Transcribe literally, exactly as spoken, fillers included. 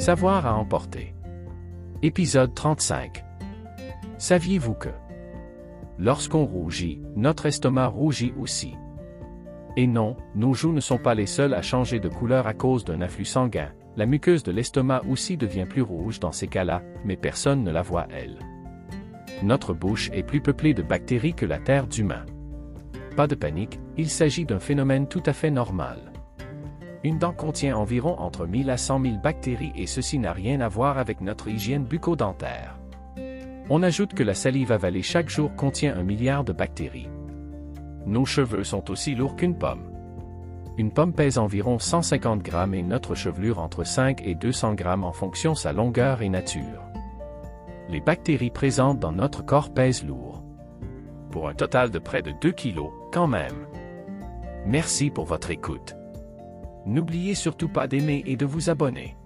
Savoir à emporter. Épisode trente-cinq. Saviez-vous que lorsqu'on rougit, notre estomac rougit aussi? Et non, nos joues ne sont pas les seules à changer de couleur à cause d'un afflux sanguin. La muqueuse de l'estomac aussi devient plus rouge dans ces cas-là, mais personne ne la voit elle. Notre bouche est plus peuplée de bactéries que la terre d'humains. Pas de panique, il s'agit d'un phénomène tout à fait normal. Une dent contient environ entre mille à cent mille bactéries et ceci n'a rien à voir avec notre hygiène bucco-dentaire. On ajoute que la salive avalée chaque jour contient un milliard de bactéries. Nos cheveux sont aussi lourds qu'une pomme. Une pomme pèse environ cent cinquante grammes et notre chevelure entre cinq et deux cents grammes en fonction de sa longueur et nature. Les bactéries présentes dans notre corps pèsent lourd. Pour un total de près de deux kilos, quand même. Merci pour votre écoute. N'oubliez surtout pas d'aimer et de vous abonner.